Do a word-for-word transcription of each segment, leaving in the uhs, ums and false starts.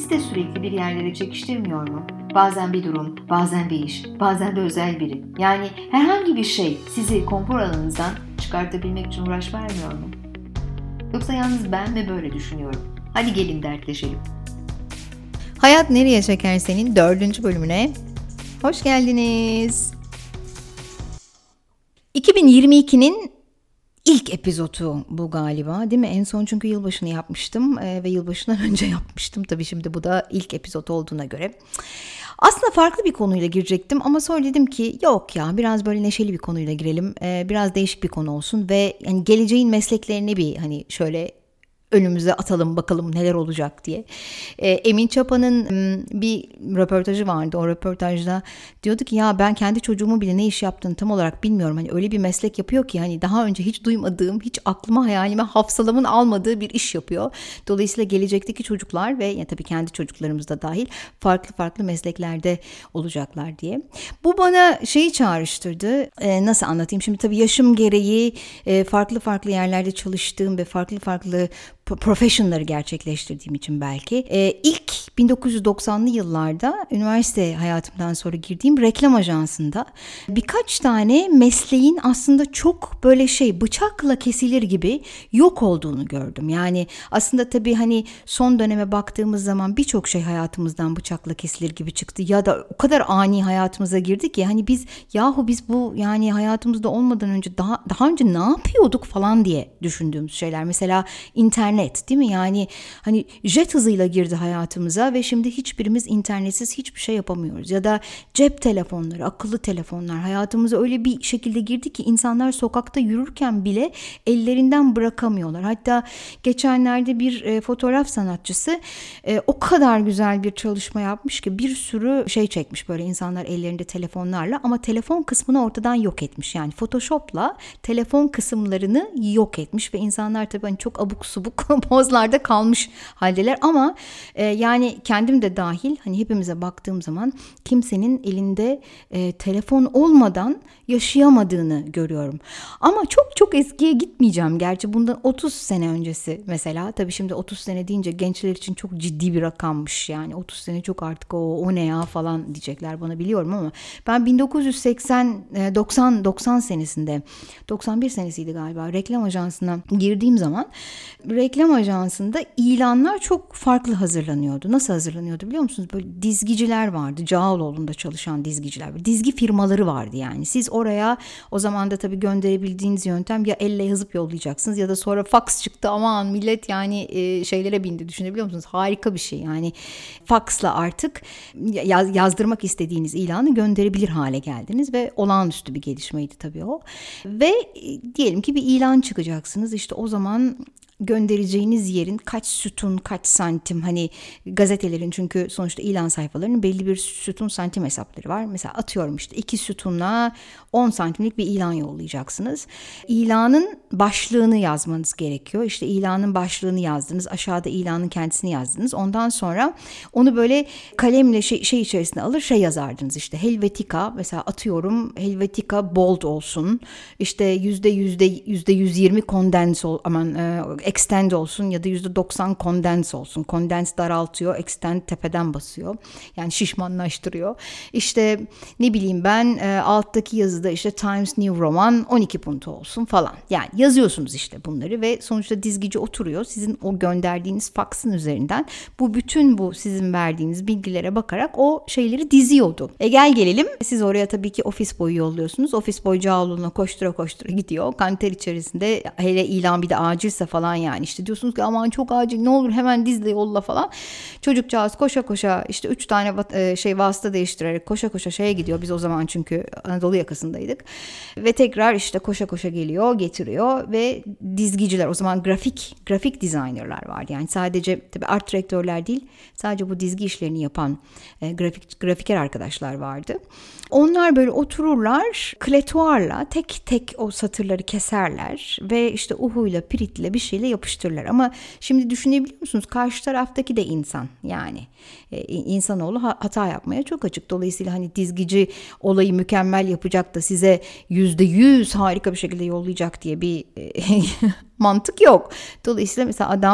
sizi de sürekli bir yerlere çekiştirmiyor mu? Bazen bir durum, bazen bir iş, bazen de özel biri. Yani herhangi bir şey sizi konfor alanınızdan çıkartabilmek için uğraş vermiyor mu? Yoksa yalnız ben mi böyle düşünüyorum? Hadi gelin dertleşelim. Hayat Nereye Çeker Senin dördüncü bölümüne hoş geldiniz. iki bin yirmi ikinin ilk epizodu bu galiba, değil mi? En son çünkü yılbaşını yapmıştım ee, ve yılbaşından önce yapmıştım. Tabii şimdi bu da ilk epizod olduğuna göre. Aslında farklı bir konuyla girecektim ama sonra dedim ki yok ya, biraz böyle neşeli bir konuyla girelim. Ee, biraz değişik bir konu olsun ve yani geleceğin mesleklerini bir hani şöyle önümüze atalım bakalım neler olacak diye. E, Emin Çapa'nın bir röportajı vardı. O röportajda diyordu ki ya ben kendi çocuğumun bile ne iş yaptığını tam olarak bilmiyorum. Hani öyle bir meslek yapıyor ki hani daha önce hiç duymadığım, hiç aklıma hayalime hafsalamın almadığı bir iş yapıyor. Dolayısıyla gelecekteki çocuklar ve ya tabii kendi çocuklarımız da dahil farklı farklı mesleklerde olacaklar diye. Bu bana şeyi çağrıştırdı. E, nasıl anlatayım? Şimdi tabii yaşım gereği e, farklı farklı yerlerde çalıştığım ve farklı farklı professional'ları gerçekleştirdiğim için belki. Ee, ilk bin dokuz yüz doksanlı yıllarda üniversite hayatımdan sonra girdiğim reklam ajansında birkaç tane mesleğin aslında çok böyle şey bıçakla kesilir gibi yok olduğunu gördüm. Yani aslında tabii hani son döneme baktığımız zaman birçok şey hayatımızdan bıçakla kesilir gibi çıktı ya da o kadar ani hayatımıza girdi ki hani biz yahu biz bu yani hayatımızda olmadan önce daha daha önce ne yapıyorduk falan diye düşündüğümüz şeyler. Mesela internet, değil mi? Yani hani jet hızıyla girdi hayatımıza ve şimdi hiçbirimiz internetsiz hiçbir şey yapamıyoruz. Ya da cep telefonları, akıllı telefonlar hayatımıza öyle bir şekilde girdi ki insanlar sokakta yürürken bile ellerinden bırakamıyorlar. Hatta geçenlerde bir e, fotoğraf sanatçısı e, o kadar güzel bir çalışma yapmış ki bir sürü şey çekmiş böyle insanlar ellerinde telefonlarla ama telefon kısmını ortadan yok etmiş. Yani Photoshop'la telefon kısımlarını yok etmiş ve insanlar tabii hani çok abuk subuk pozlarda kalmış haldeler ama e, yani kendim de dahil hani hepimize baktığım zaman kimsenin elinde e, telefon olmadan yaşayamadığını görüyorum. Ama çok çok eskiye gitmeyeceğim. Gerçi bundan otuz sene öncesi mesela. Tabii şimdi otuz sene deyince gençler için çok ciddi bir rakammış. Yani otuz sene çok artık o, o ne ya falan diyecekler bana, biliyorum ama ben bin dokuz yüz seksen doksan doksan senesinde doksan bir senesiydi galiba reklam ajansına girdiğim zaman reklam ajansında ilanlar çok farklı hazırlanıyordu. Nasıl hazırlanıyordu biliyor musunuz? Böyle dizgiciler vardı. Cağaloğlu'nda çalışan dizgiciler. Dizgi firmaları vardı yani. Siz oraya o zaman da tabii gönderebildiğiniz yöntem ya elle yazıp yollayacaksınız ya da sonra fax çıktı. Aman millet yani e, şeylere bindi, düşünebiliyor musunuz? Harika bir şey yani. Faxla artık yaz, yazdırmak istediğiniz ilanı gönderebilir hale geldiniz ve olağanüstü bir gelişmeydi tabii o. Ve e, diyelim ki bir ilan çıkacaksınız. İşte o zaman göndereceğiniz yerin kaç sütun, kaç santim, hani gazetelerin çünkü sonuçta ilan sayfalarının belli bir sütun santim hesapları var. Mesela atıyorum işte iki sütunla on santimlik bir ilan yollayacaksınız. İlanın başlığını yazmanız gerekiyor. İşte ilanın başlığını yazdınız, aşağıda ilanın kendisini yazdınız. Ondan sonra onu böyle kalemle şey, şey içerisine alır şey yazardınız. İşte Helvetica mesela atıyorum Helvetica bold olsun. İşte yüzde yüzde yüzde yüz yirmi kondens ol, aman e, extend olsun ya da yüzde doksan kondens olsun. Kondens daraltıyor, extend tepeden basıyor. Yani şişmanlaştırıyor. İşte ne bileyim ben e, alttaki yazıda işte Times New Roman on iki punto olsun falan. Yani yazıyorsunuz işte bunları ve sonuçta dizgici oturuyor. Sizin o gönderdiğiniz faksın üzerinden bu bütün bu sizin verdiğiniz bilgilere bakarak o şeyleri diziyordu. E gel gelelim. Siz oraya tabii ki ofis boyu yolluyorsunuz. Ofis boyu Cağaloğlu'na koştura koştura gidiyor. Kanter içerisinde hele ilan bir de acilse falan yani işte diyorsunuz ki aman çok acil ne olur hemen diz de yolla falan. Çocukcağız koşa koşa işte üç tane şey vasıta değiştirerek koşa koşa şeye gidiyor. Biz o zaman çünkü Anadolu yakasındaydık. Ve tekrar işte koşa koşa geliyor, getiriyor ve dizgiciler, o zaman grafik grafik designerlar vardı. Yani sadece tabii art direktörler değil, sadece bu dizgi işlerini yapan e, grafik grafiker arkadaşlar vardı. Onlar böyle otururlar, kletuarla tek tek o satırları keserler ve işte uhuyla, piritle bir şeyle yapıştırırlar. Ama şimdi düşünebiliyor musunuz? Karşı taraftaki de insan yani. E, insanoğlu hata yapmaya çok açık. Dolayısıyla hani dizgici olayı mükemmel yapacak da size yüzde yüz harika bir şekilde yollayacak diye bir e, mantık yok. Dolayısıyla mesela adam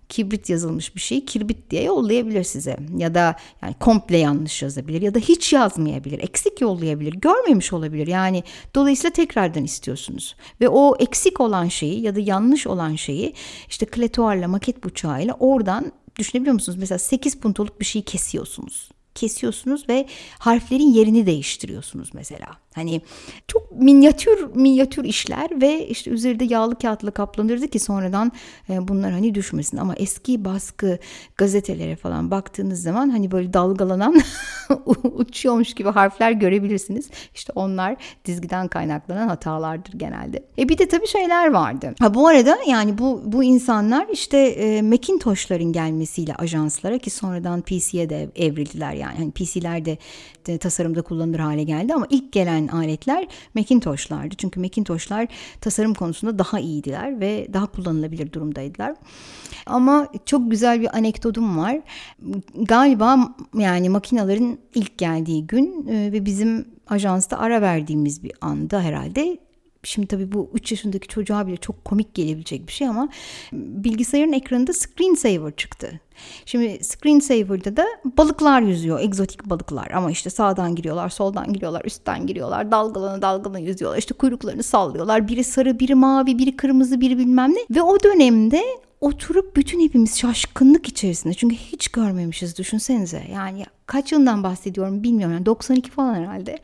kibrit yazılmış bir şeyi kirbit diye yollayabilir size. Ya da yani komple yanlış yazabilir ya da hiç yazmayabilir. Eksik yollayabilir. Görmemiş olabilir. Yani dolayısıyla tekrardan istiyorsunuz. Ve o eksik olan şeyi ya da yanlış olan şeyi işte kletuarla, maket bıçağıyla oradan düşünebiliyor musunuz? Mesela sekiz puntoluk bir şeyi kesiyorsunuz. Kesiyorsunuz ve harflerin yerini değiştiriyorsunuz mesela. Hani çok minyatür minyatür işler ve işte üzerinde yağlı kağıtla kaplanırdı ki sonradan e, bunlar hani düşmesin. Ama eski baskı gazetelere falan baktığınız zaman hani böyle dalgalanan uçuyormuş gibi harfler görebilirsiniz. İşte onlar dizgiden kaynaklanan hatalardır genelde. E bir de tabii şeyler vardı. Ha bu arada yani bu bu insanlar işte e, Macintosh'ların gelmesiyle ajanslara ki sonradan P C'ye de evrildiler yani. Hani P C'ler de, de tasarımda kullanılır hale geldi ama ilk gelen aletler Macintosh'lardı. Çünkü Macintosh'lar tasarım konusunda daha iyiydiler ve daha kullanılabilir durumdaydılar. Ama çok güzel bir anekdotum var. Galiba yani makinelerin ilk geldiği gün ve bizim ajansta ara verdiğimiz bir anda herhalde. Şimdi tabii bu üç yaşındaki çocuğa bile çok komik gelebilecek bir şey ama bilgisayarın ekranında screensaver çıktı. Şimdi screensaver'da da balıklar yüzüyor, egzotik balıklar ama işte sağdan giriyorlar, soldan giriyorlar, üstten giriyorlar, dalgalana dalgalana yüzüyorlar, işte kuyruklarını sallıyorlar. Biri sarı, biri mavi, biri kırmızı, biri bilmem ne. Ve o dönemde oturup bütün hepimiz şaşkınlık içerisinde çünkü hiç görmemişiz düşünsenize. Yani kaç yıldan bahsediyorum bilmiyorum yani doksan iki falan herhalde.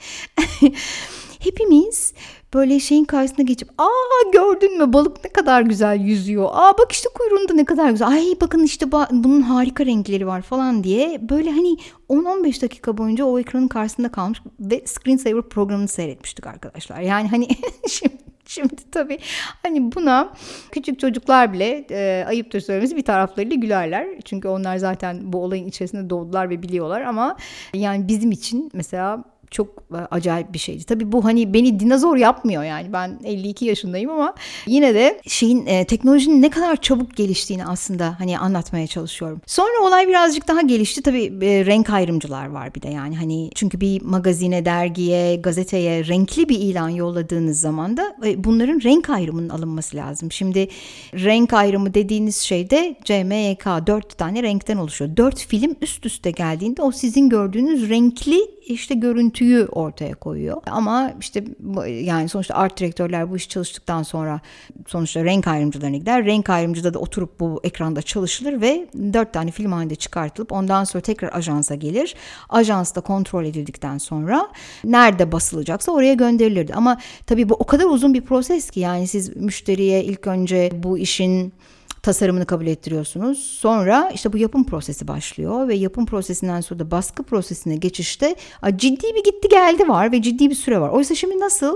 Hepimiz böyle şeyin karşısına geçip aa gördün mü balık ne kadar güzel yüzüyor. Aa bak işte kuyruğunda ne kadar güzel. Ay bakın işte bunun harika renkleri var falan diye böyle hani on on beş dakika boyunca o ekranın karşısında kalmış ve screensaver programını seyretmiştik arkadaşlar. Yani hani şimdi Şimdi tabii hani buna küçük çocuklar bile e, ayıptır söylemesi bir taraflarıyla gülerler. Çünkü onlar zaten bu olayın içerisinde doğdular ve biliyorlar ama yani bizim için mesela çok acayip bir şeydi. Tabii bu hani beni dinozor yapmıyor yani ben elli iki yaşındayım ama yine de şeyin e, teknolojinin ne kadar çabuk geliştiğini aslında hani anlatmaya çalışıyorum. Sonra olay birazcık daha gelişti. Tabii e, renk ayrımcılar var bir de yani hani çünkü bir magazine, dergiye, gazeteye renkli bir ilan yolladığınız zaman da e, bunların renk ayrımının alınması lazım. Şimdi renk ayrımı dediğiniz şey de C M Y K dört tane renkten oluşuyor. Dört film üst üste geldiğinde o sizin gördüğünüz renkli işte görüntüyü ortaya koyuyor. Ama işte yani sonuçta art direktörler bu işi çalıştıktan sonra sonuçta renk ayrımcılarına gider. Renk ayrımcıda da oturup bu ekranda çalışılır ve dört tane film halinde çıkartılıp ondan sonra tekrar ajansa gelir. Ajansta kontrol edildikten sonra nerede basılacaksa oraya gönderilirdi. Ama tabii bu o kadar uzun bir proses ki yani siz müşteriye ilk önce bu işin tasarımını kabul ettiriyorsunuz. Sonra işte bu yapım prosesi başlıyor ve yapım prosesinden sonra da baskı prosesine geçişte ciddi bir gitti geldi var ve ciddi bir süre var. Oysa şimdi nasıl?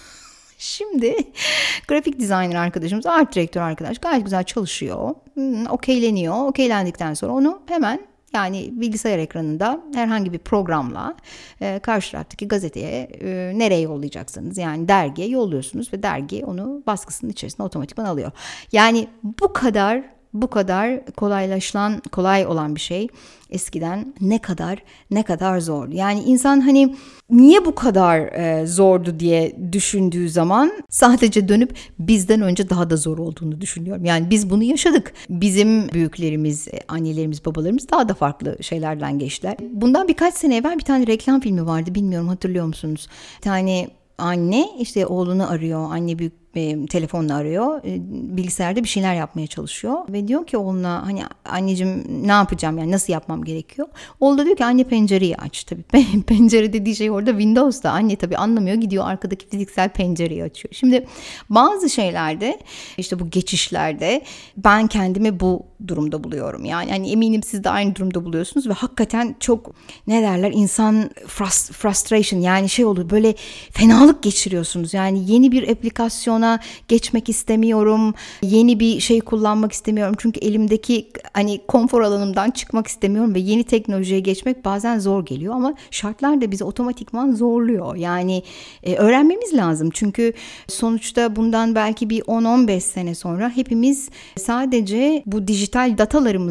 Şimdi grafik designer arkadaşımız, art direktör arkadaş gayet güzel çalışıyor. Hmm, okeyleniyor. Okeylendikten sonra onu hemen yani bilgisayar ekranında herhangi bir programla e, karşı taraftaki gazeteye e, nereye yollayacaksınız? Yani dergiye yolluyorsunuz ve dergi onu baskısının içerisine otomatikman alıyor. Yani bu kadar bu kadar kolaylaşılan, kolay olan bir şey eskiden ne kadar ne kadar zordu. Yani insan hani niye bu kadar e, zordu diye düşündüğü zaman sadece dönüp bizden önce daha da zor olduğunu düşünüyorum. Yani biz bunu yaşadık. Bizim büyüklerimiz, annelerimiz, babalarımız daha da farklı şeylerden geçtiler. Bundan birkaç sene evvel bir tane reklam filmi vardı. Bilmiyorum hatırlıyor musunuz? Bir tane anne işte oğlunu arıyor. Anne büyük e, telefonla arıyor. E, bilgisayarda bir şeyler yapmaya çalışıyor ve diyor ki oğluna hani anneciğim ne yapacağım yani nasıl yapmam gerekiyor? Oğlu da diyor ki anne pencereyi aç. Tabii pencere dediği şey orada Windows'ta. Anne tabii anlamıyor. Gidiyor arkadaki fiziksel pencereyi açıyor. Şimdi bazı şeylerde işte bu geçişlerde ben kendimi bu durumda buluyorum. Yani hani eminim siz de aynı durumda buluyorsunuz ve hakikaten çok ne derler insan frust- frustration yani şey olur böyle fenalık geçiriyorsunuz. Yani yeni bir aplikasyon geçmek istemiyorum. Yeni bir şey kullanmak istemiyorum. Çünkü elimdeki hani konfor alanımdan çıkmak istemiyorum ve yeni teknolojiye geçmek bazen zor geliyor ama şartlar da bizi otomatikman zorluyor. Yani e, öğrenmemiz lazım. Çünkü sonuçta bundan belki bir on on beş sene sonra hepimiz sadece bu dijital datalarımızla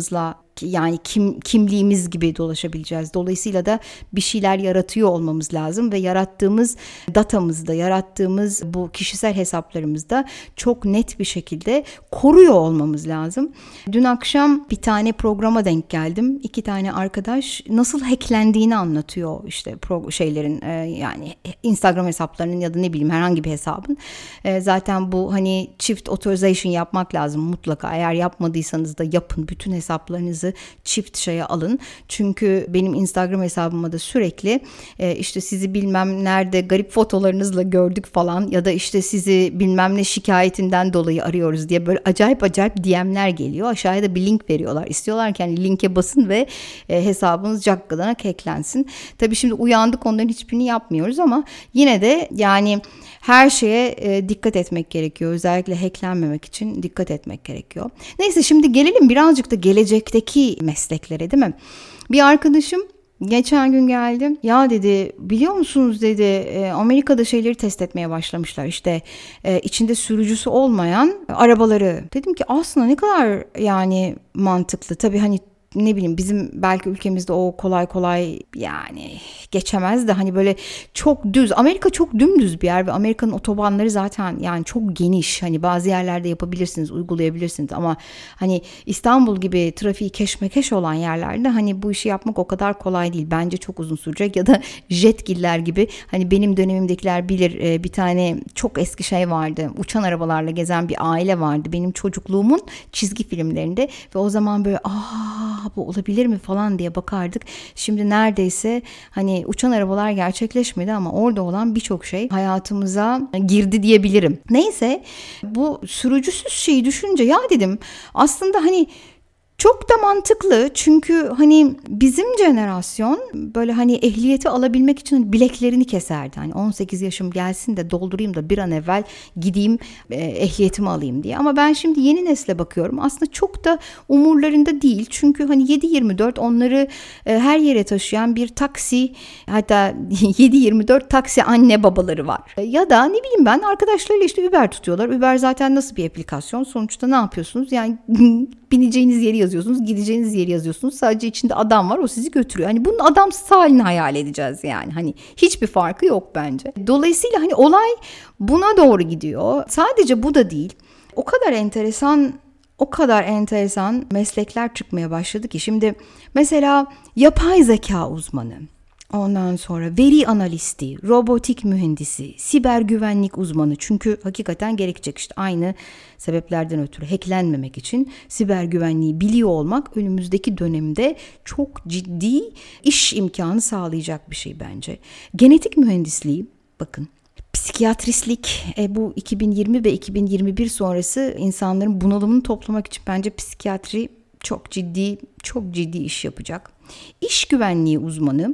yani kim kimliğimiz gibi dolaşabileceğiz. Dolayısıyla da bir şeyler yaratıyor olmamız lazım ve yarattığımız datamızda, yarattığımız bu kişisel hesaplarımızda çok net bir şekilde koruyor olmamız lazım. Dün akşam bir tane programa denk geldim. İki tane arkadaş nasıl hacklendiğini anlatıyor işte pro şeylerin e, yani Instagram hesaplarının ya da ne bileyim herhangi bir hesabın. E, zaten bu hani çift authorization yapmak lazım mutlaka. Eğer yapmadıysanız da yapın. Bütün hesaplarınızı çift şeye alın. Çünkü benim Instagram hesabıma da sürekli e, işte sizi bilmem nerede garip fotolarınızla gördük falan ya da işte sizi bilmem ne şikayetinden dolayı arıyoruz diye böyle acayip acayip D M'ler geliyor. Aşağıya da bir link veriyorlar. İstiyorlar ki hani linke basın ve e, hesabınız cakkadana hacklensin. Tabii şimdi uyandık, onların hiçbirini yapmıyoruz ama yine de yani her şeye e, dikkat etmek gerekiyor. Özellikle hacklenmemek için dikkat etmek gerekiyor. Neyse şimdi gelelim birazcık da gelecekteki mesleklere, değil mi? Bir arkadaşım geçen gün geldi. Ya dedi, biliyor musunuz dedi, e, Amerika'da şeyleri test etmeye başlamışlar. İşte e, içinde sürücüsü olmayan arabaları. Dedim ki aslında ne kadar yani mantıklı. Tabii hani ne bileyim bizim belki ülkemizde o kolay kolay yani geçemez de hani böyle çok düz. Amerika çok dümdüz bir yer ve Amerika'nın otobanları zaten yani çok geniş. Hani bazı yerlerde yapabilirsiniz, uygulayabilirsiniz ama hani İstanbul gibi trafiği keşmekeş olan yerlerde hani bu işi yapmak o kadar kolay değil. Bence çok uzun sürecek ya da jetgiller gibi hani benim dönemimdekiler bilir, bir tane çok eski şey vardı. Uçan arabalarla gezen bir aile vardı. Benim çocukluğumun çizgi filmlerinde ve o zaman böyle aaa bu olabilir mi falan diye bakardık. Şimdi neredeyse hani uçan arabalar gerçekleşmedi ama orada olan birçok şey hayatımıza girdi diyebilirim. Neyse bu sürücüsüz şeyi düşünce ya dedim aslında hani çok da mantıklı çünkü hani bizim jenerasyon böyle hani ehliyeti alabilmek için bileklerini keserdi. Hani on sekiz yaşım gelsin de doldurayım da bir an evvel gideyim e, ehliyetimi alayım diye. Ama ben şimdi yeni nesle bakıyorum aslında çok da umurlarında değil. Çünkü hani yedi yirmi dört onları e, her yere taşıyan bir taksi, hatta yedi yirmi dört taksi anne babaları var. E, ya da ne bileyim ben arkadaşlarıyla işte Uber tutuyorlar. Uber zaten nasıl bir aplikasyon? Sonuçta ne yapıyorsunuz? Yani bineceğiniz yeri yazıyorsunuz, gideceğiniz yeri yazıyorsunuz. Sadece içinde adam var, o sizi götürüyor. Hani bunun adamsız halini hayal edeceğiz yani. Hani hiçbir farkı yok bence. Dolayısıyla hani olay buna doğru gidiyor. Sadece bu da değil. O kadar enteresan, o kadar enteresan meslekler çıkmaya başladı ki. Şimdi mesela yapay zeka uzmanı, ondan sonra veri analisti, robotik mühendisi, siber güvenlik uzmanı. Çünkü hakikaten gerekecek işte aynı sebeplerden ötürü hacklenmemek için siber güvenliği biliyor olmak önümüzdeki dönemde çok ciddi iş imkanı sağlayacak bir şey bence. Genetik mühendisliği, bakın. Psikiyatristlik, e, bu iki bin yirmi ve iki bin yirmi bir sonrası insanların bunalımını toplamak için bence psikiyatri çok ciddi, çok ciddi iş yapacak. İş güvenliği uzmanı,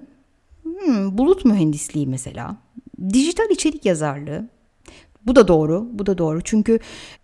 Hmm, bulut mühendisliği mesela, dijital içerik yazarlığı, bu da doğru, bu da doğru çünkü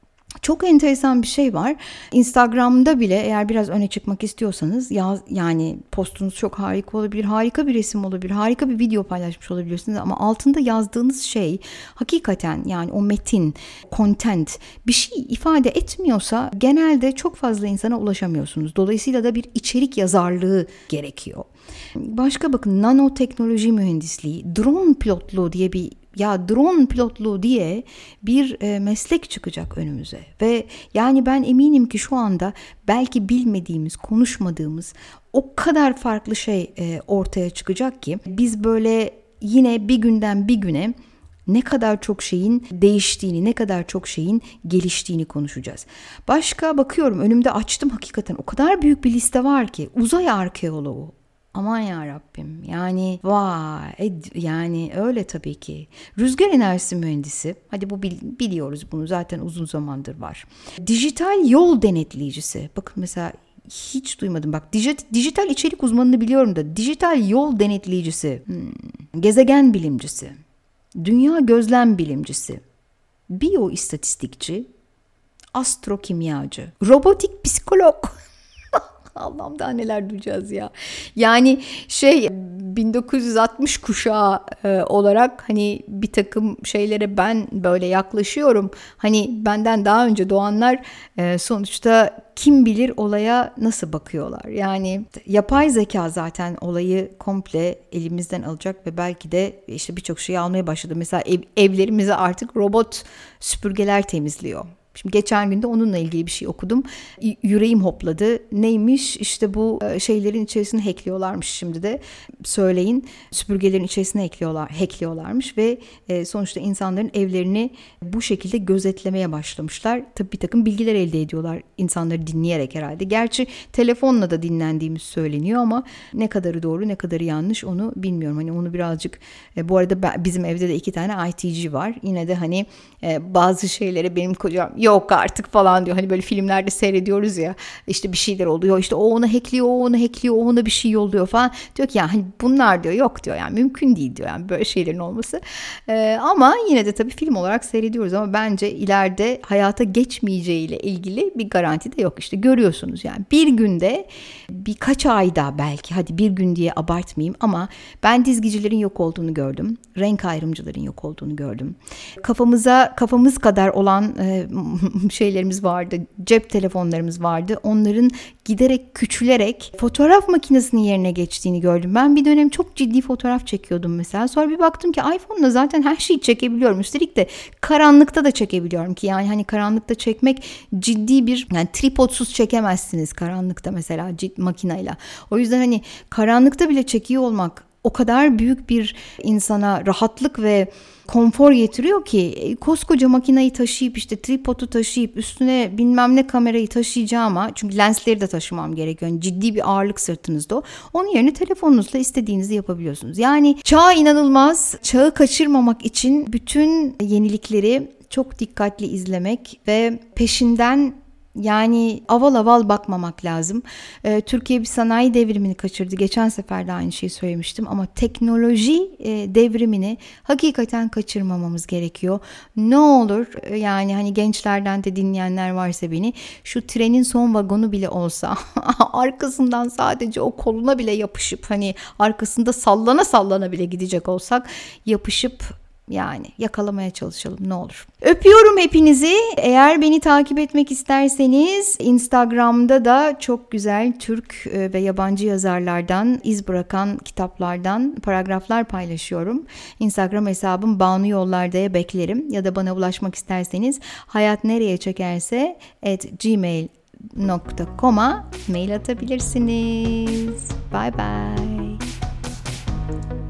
çok enteresan bir şey var. Instagram'da bile eğer biraz öne çıkmak istiyorsanız yaz, yani postunuz çok harika olabilir, harika bir resim olabilir, harika bir video paylaşmış olabilirsiniz ama altında yazdığınız şey hakikaten yani o metin, content bir şey ifade etmiyorsa genelde çok fazla insana ulaşamıyorsunuz. Dolayısıyla da bir içerik yazarlığı gerekiyor. Başka bakın nanoteknoloji mühendisliği, drone pilotluğu diye bir Ya drone pilotluğu diye bir e, meslek çıkacak önümüze ve yani ben eminim ki şu anda belki bilmediğimiz, konuşmadığımız o kadar farklı şey e, ortaya çıkacak ki biz böyle yine bir günden bir güne ne kadar çok şeyin değiştiğini, ne kadar çok şeyin geliştiğini konuşacağız. Başka bakıyorum önümde açtım hakikaten o kadar büyük bir liste var ki uzay arkeoloğu. Aman ya Rabbim yani vay yani öyle tabii ki. Rüzgar enerjisi mühendisi, hadi bu bil, biliyoruz bunu zaten uzun zamandır var. Dijital yol denetleyicisi, bakın mesela hiç duymadım bak dijit, dijital içerik uzmanını biliyorum da dijital yol denetleyicisi, hmm. gezegen bilimcisi, dünya gözlem bilimcisi, biyoistatistikçi, astrokimyacı, robotik psikolog. Allah'ım daha neler duyacağız ya. Yani şey bin dokuz yüz altmış kuşağı e, olarak hani bir takım şeylere ben böyle yaklaşıyorum. Hani benden daha önce doğanlar e, sonuçta kim bilir olaya nasıl bakıyorlar. Yani yapay zeka zaten olayı komple elimizden alacak ve belki de işte birçok şeyi almaya başladı. Mesela ev, evlerimizi artık robot süpürgeler temizliyor. Şimdi geçen gün de onunla ilgili bir şey okudum. Y- yüreğim hopladı. Neymiş? İşte bu şeylerin içerisine hackliyorlarmış şimdi de. Söyleyin. Süpürgelerin içerisine hackliyorlar, hackliyorlarmış ve e, sonuçta insanların evlerini bu şekilde gözetlemeye başlamışlar. Tabii bir takım bilgiler elde ediyorlar insanları dinleyerek herhalde. Gerçi telefonla da dinlendiğimiz söyleniyor ama ne kadarı doğru ne kadarı yanlış onu bilmiyorum. Hani onu birazcık e, bu arada ben, bizim evde de iki tane I T G var. Yine de hani e, bazı şeylere benim kocam yok artık falan diyor. Hani böyle filmlerde seyrediyoruz ya, işte bir şeyler oluyor, işte o ona hackliyor, o ona hackliyor, o ona bir şey yolluyor falan. Diyor ki ya hani bunlar diyor yok diyor, yani mümkün değil diyor yani böyle şeylerin olması. Ee, ama yine de tabii film olarak seyrediyoruz ama bence ileride hayata geçmeyeceğiyle ilgili bir garanti de yok. İşte görüyorsunuz yani bir günde, birkaç ayda belki, hadi bir gün diye abartmayayım ama ben dizgicilerin yok olduğunu gördüm. Renk ayrımcıların yok olduğunu gördüm. Kafamıza kafamız kadar olan e, şeylerimiz vardı, cep telefonlarımız vardı. Onların giderek küçülerek fotoğraf makinesinin yerine geçtiğini gördüm. Ben bir dönem çok ciddi fotoğraf çekiyordum mesela. Sonra bir baktım ki iPhone'la zaten her şeyi çekebiliyorum. Üstelik de karanlıkta da çekebiliyorum ki yani hani karanlıkta çekmek ciddi bir, yani tripodsuz çekemezsiniz karanlıkta mesela ciddi makineyle. O yüzden hani karanlıkta bile çekiyor olmak o kadar büyük bir insana rahatlık ve konfor getiriyor ki koskoca makineyi taşıyıp işte tripodu taşıyıp üstüne bilmem ne kamerayı taşıyacağıma, çünkü lensleri de taşımam gerekiyor. Yani ciddi bir ağırlık sırtınızda o. Onun yerine telefonunuzla istediğinizi yapabiliyorsunuz. Yani çağ inanılmaz. Çağı kaçırmamak için bütün yenilikleri çok dikkatli izlemek ve peşinden yani aval aval bakmamak lazım. Ee, Türkiye bir sanayi devrimini kaçırdı. Geçen sefer de aynı şeyi söylemiştim ama teknoloji e, devrimini hakikaten kaçırmamamız gerekiyor. Ne olur e, yani hani gençlerden de dinleyenler varsa beni, şu trenin son vagonu bile olsa arkasından sadece o koluna bile yapışıp, hani arkasında sallana sallana bile gidecek olsak yapışıp yani yakalamaya çalışalım ne olur. Öpüyorum hepinizi. Eğer beni takip etmek isterseniz Instagram'da da çok güzel Türk ve yabancı yazarlardan iz bırakan kitaplardan paragraflar paylaşıyorum. Instagram hesabım Banu Yollarda'ya beklerim. Ya da bana ulaşmak isterseniz hayat nereye çekerse at gmail nokta com'a mail atabilirsiniz. Bye bye.